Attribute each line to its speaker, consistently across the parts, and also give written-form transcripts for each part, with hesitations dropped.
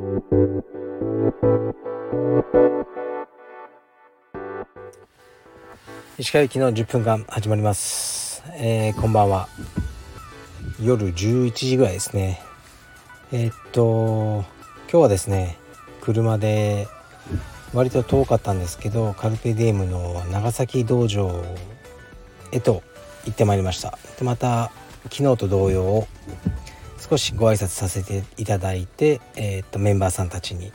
Speaker 1: 石川行きの10分間始まります。こんばんは。夜11時ぐらいですね。今日はですね、車で割と遠かったんですけど、カルペディエムの長崎道場へと行ってまいりました。でまた昨日と同様少しご挨拶させていただいて、メンバーさんたちに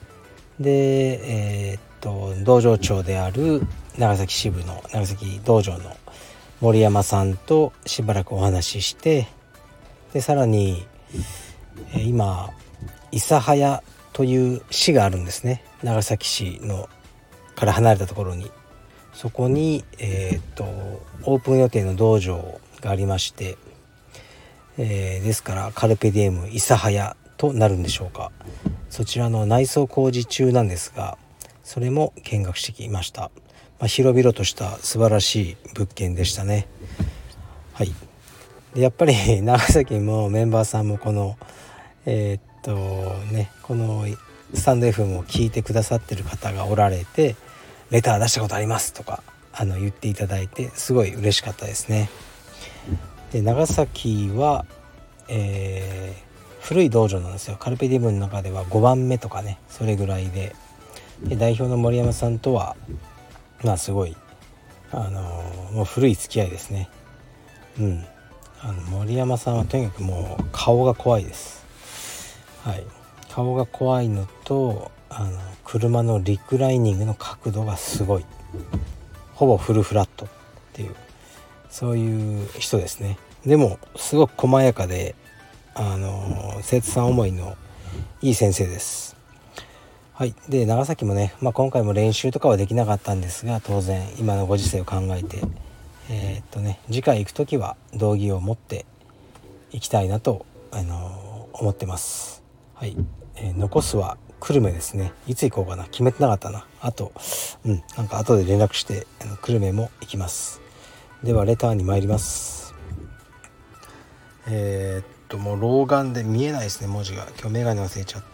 Speaker 1: で、道場長である長崎支部の長崎道場の森山さんとしばらくお話しして、でさらに、今諫早という市があるんですね。長崎市のから離れたところに、そこに、オープン予定の道場がありまして、ですからカルペディエム諫早となるんでしょうか。そちらの内装工事中なんですが、それも見学してきました。広々とした素晴らしい物件でしたね。はい。でやっぱり長崎もメンバーさんもこのこのスタンド FM を聞いてくださってる方がおられて、レター出したことありますとか言っていただいて、すごい嬉しかったですね。で長崎は、古い道場なんですよ。カルペディエムの中では5番目とかね、それぐらいで、代表の森山さんとはすごいもう古い付き合いですね。森山さんはとにかくもう顔が怖いです。はい、顔が怖いのと車のリクライニングの角度がすごい、ほぼフルフラットっていう、そういう人ですね。でもすごく細やかで生徒さん思いのいい先生です。はい。で長崎もね、今回も練習とかはできなかったんですが、当然今のご時世を考えて次回行くときは道着を持って行きたいなと思ってます。はい。残すは久留米ですね。いつ行こうかな、決めてなかったな。あとなんか後で連絡して久留米も行きます。ではレターに参ります。もう老眼で見えないですね、文字が。今日メガネ忘れちゃって。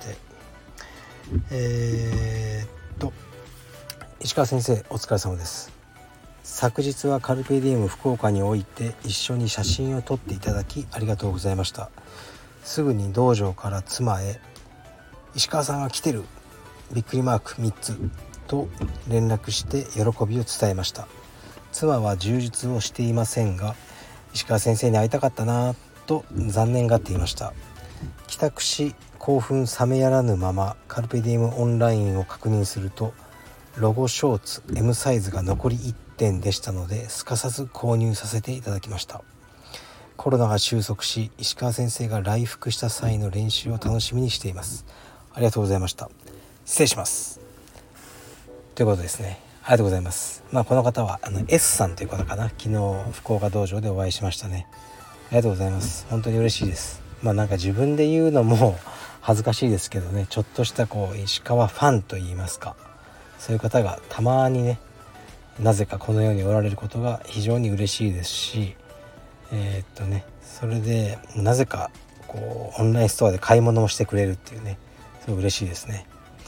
Speaker 1: 石川先生お疲れ様です。昨日はカルペディエム福岡において一緒に写真を撮っていただきありがとうございました。すぐに道場から妻へ石川さんが来てるびっくりマーク3つと連絡して喜びを伝えました。妻は充実をしていませんが、石川先生に会いたかったなと残念がっていました。帰宅し興奮冷めやらぬままカルペディエムオンラインを確認すると、ロゴショーツ M サイズが残り1点でしたので、すかさず購入させていただきました。コロナが収束し石川先生が来福した際の練習を楽しみにしています。ありがとうございました。失礼しますということですね。ありがとうございます。この方はS さんという方かな。昨日福岡道場でお会いしましたね。ありがとうございます。本当に嬉しいです。なんか自分で言うのも恥ずかしいですけどね、ちょっとした石川ファンといいますか、そういう方がたまにね、なぜかこの世におられることが非常に嬉しいですし、それでなぜかオンラインストアで買い物もしてくれるっていうね、すごい嬉しいですね。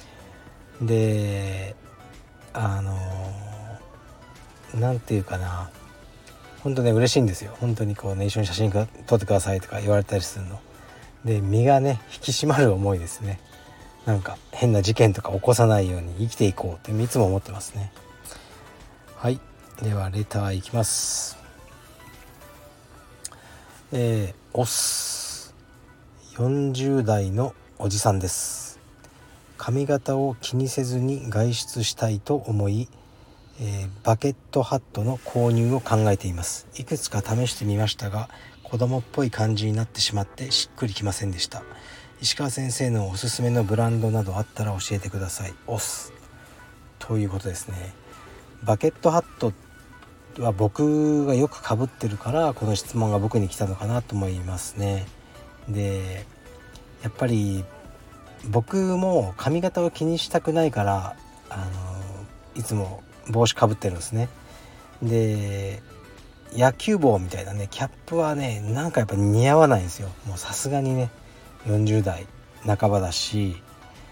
Speaker 1: でなんていうかな、本当ね嬉しいんですよ。本当に一緒に写真撮ってくださいとか言われたりするので、身がね引き締まる思いですね。なんか変な事件とか起こさないように生きていこうっていつも思ってますね。はい。ではレターいきます。オス40代のおじさんです。髪型を気にせずに外出したいと思い、バケットハットの購入を考えています。いくつか試してみましたが、子供っぽい感じになってしまってしっくりきませんでした。石川先生のおすすめのブランドなどあったら教えてください。オスということですね。バケットハットは僕がよく被ってるからこの質問が僕に来たのかなと思いますね。でやっぱり僕も髪型を気にしたくないからいつも帽子かぶってるんですね。で野球帽みたいなねキャップはね、なんかやっぱ似合わないんですよ。もうさすがにね40代半ばだし、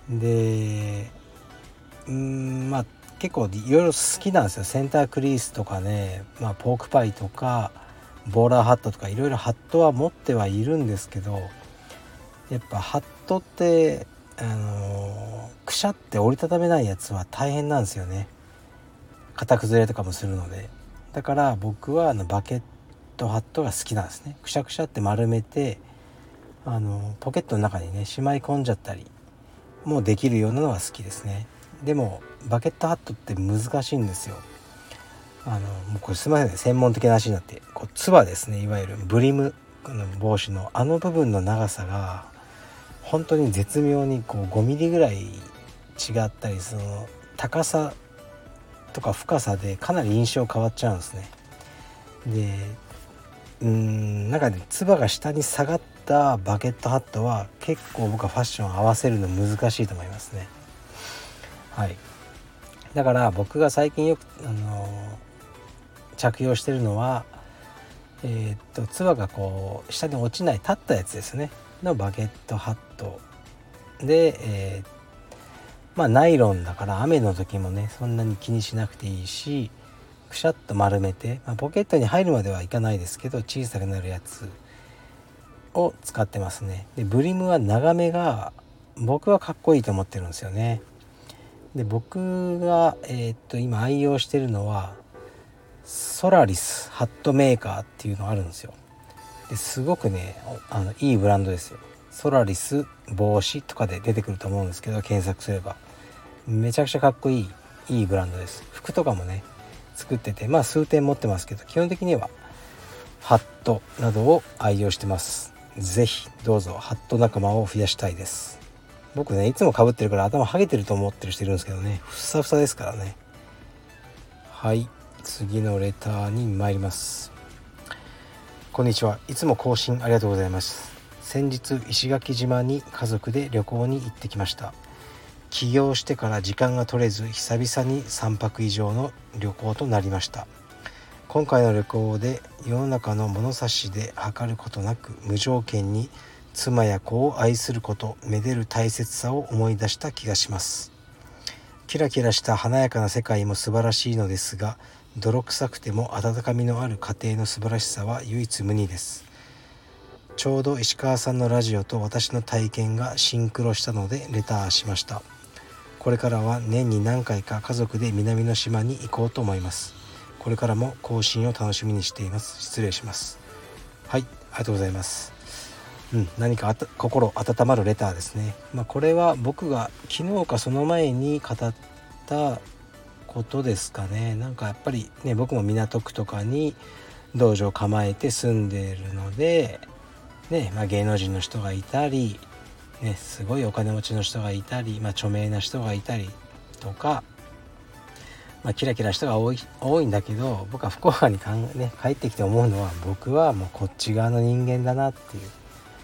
Speaker 1: でまあ結構いろいろ好きなんですよ。センタークリースとかね、ポークパイとかボーラーハットとかいろいろハットは持ってはいるんですけど、やっぱハットってくしゃって折りたためないやつは大変なんですよね。型崩れとかもするので。だから僕はバケットハットが好きなんですね。くしゃくしゃって丸めてポケットの中にねしまい込んじゃったりもできるようなのは好きですね。でもバケットハットって難しいんですよ。もうこれすみませんね、専門的な話になって、つばですね、いわゆるブリム帽子の部分の長さが本当に絶妙に5ミリぐらい違ったり、その高さとか深さでかなり印象変わっちゃうんですね。でなんかね、つばが下に下がったバケットハットは結構僕はファッション合わせるの難しいと思いますね。はい。だから僕が最近よく着用してるのはつばが下に落ちない立ったやつですねのバケットハットで、ナイロンだから雨の時もねそんなに気にしなくていいし、くしゃっと丸めて、ポケットに入るまではいかないですけど小さくなるやつを使ってますね。でブリムは長めが僕はかっこいいと思ってるんですよね。で僕が、今愛用してるのはソラリスハットメーカーっていうのがあるんですよ。ですごくねいいブランドですよ。ソラリス帽子とかで出てくると思うんですけど、検索すればめちゃくちゃかっこいいブランドです。服とかもね作ってて、数点持ってますけど、基本的にはハットなどを愛用してます。ぜひどうぞハット仲間を増やしたいです。僕ねいつも被ってるから頭ハゲてると思ってる人いるんですけどね、ふさふさですからね。はい、次のレターに参ります。こんにちは。いつも更新ありがとうございます。先日石垣島に家族で旅行に行ってきました。起業してから時間が取れず久々に3泊以上の旅行となりました。今回の旅行で世の中の物差しで測ることなく無条件に妻や子を愛すること、めでる大切さを思い出した気がします。キラキラした華やかな世界も素晴らしいのですが、泥臭くても温かみのある家庭の素晴らしさは唯一無二です。ちょうど石川さんのラジオと私の体験がシンクロしたのでレターしました。これからは年に何回か家族で南の島に行こうと思います。これからも更新を楽しみにしています。失礼します。はい、ありがとうございます。何か心温まるレターですね。これは僕が昨日かその前に語ったことですかね。なんかやっぱりね、僕も港区とかに道場を構えて住んでいるのでね、芸能人の人がいたりね、すごいお金持ちの人がいたり、著名な人がいたりとか、キラキラ人が多いんだけど、僕は福岡に帰ってきて思うのは、僕はもうこっち側の人間だなっていう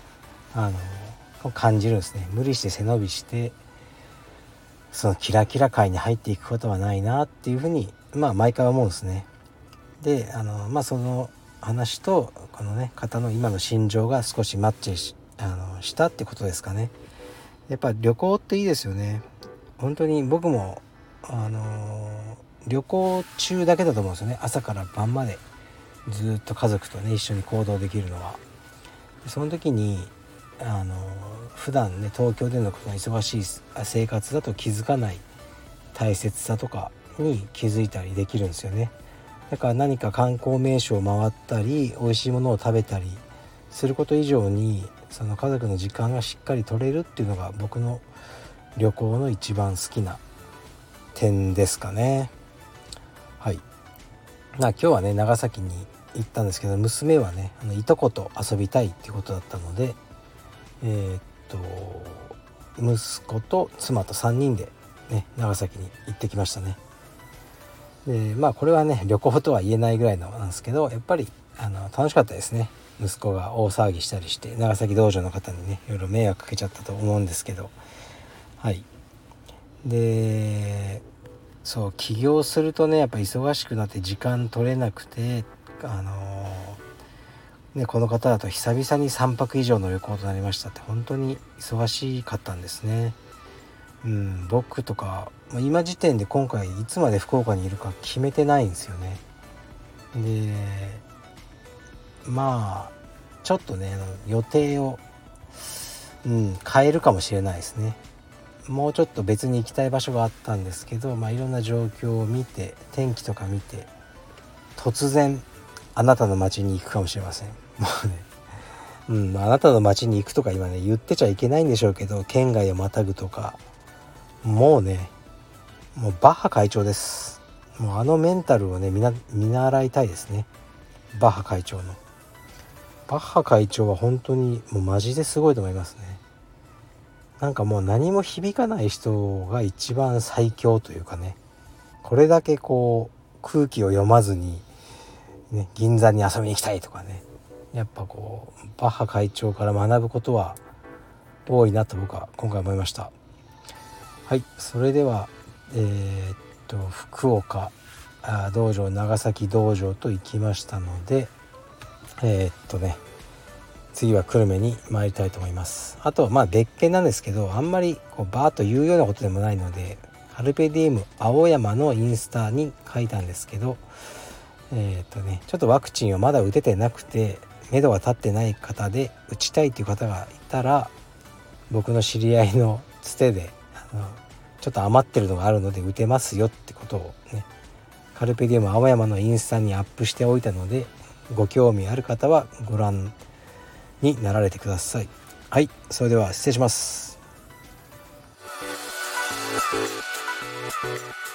Speaker 1: 感じるんですね。無理して背伸びしてそのキラキラ界に入っていくことはないなっていうふうに毎回思うんですね。でその話とこのね方の今の心情が少しマッチしたってことですかね。やっぱ旅行っていいですよね。本当に僕も旅行中だけだと思うんですよね。朝から晩までずっと家族とね一緒に行動できるのは。その時に普段ね東京でのこの忙しい生活だと気づかない大切さとかに気づいたりできるんですよね。だから何か観光名所を回ったり美味しいものを食べたりすること以上に、その家族の時間がしっかり取れるっていうのが僕の旅行の一番好きな点ですかね。はい。今日はね長崎に行ったんですけど、娘はねいとこと遊びたいっていうことだったので、息子と妻と3人でね長崎に行ってきましたね。でこれはね旅行とは言えないぐらいのなんですけど、やっぱり楽しかったですね。息子が大騒ぎしたりして長崎道場の方にねいろいろ迷惑かけちゃったと思うんですけど、はい。でそう起業するとねやっぱ忙しくなって時間取れなくてこの方だと久々に3泊以上の旅行となりましたって、本当に忙しかったんですね。 僕とか今時点で今回いつまで福岡にいるか決めてないんですよね。でまあちょっとね予定を、変えるかもしれないですね。もうちょっと別に行きたい場所があったんですけど、いろんな状況を見て天気とか見て突然あなたの町に行くかもしれません。もうね、あなたの町に行くとか今ね言ってちゃいけないんでしょうけど、県外をまたぐとかもうバッハ会長です。もうあのメンタルをね見習いたいですね。バッハ会長の。バッハ会長は本当にもうマジですごいと思いますね。なんかもう何も響かない人が一番最強というかね、これだけこう空気を読まずに、銀座に遊びに行きたいとかね、やっぱこうバッハ会長から学ぶことは多いなと僕は今回思いました。はい、それでは福岡道場長崎道場と行きましたので次は久留米に参りたいと思います。あとは別件なんですけど、あんまりこうバーッと言うようなことでもないので、カルペディエム青山のインスタに書いたんですけど、ちょっとワクチンをまだ打ててなくて目処が立ってない方で打ちたいという方がいたら、僕の知り合いのつてでちょっと余ってるのがあるので打てますよってことをね、カルペディエム青山のインスタにアップしておいたので、ご興味ある方はご覧になられてください。はい、それでは失礼します。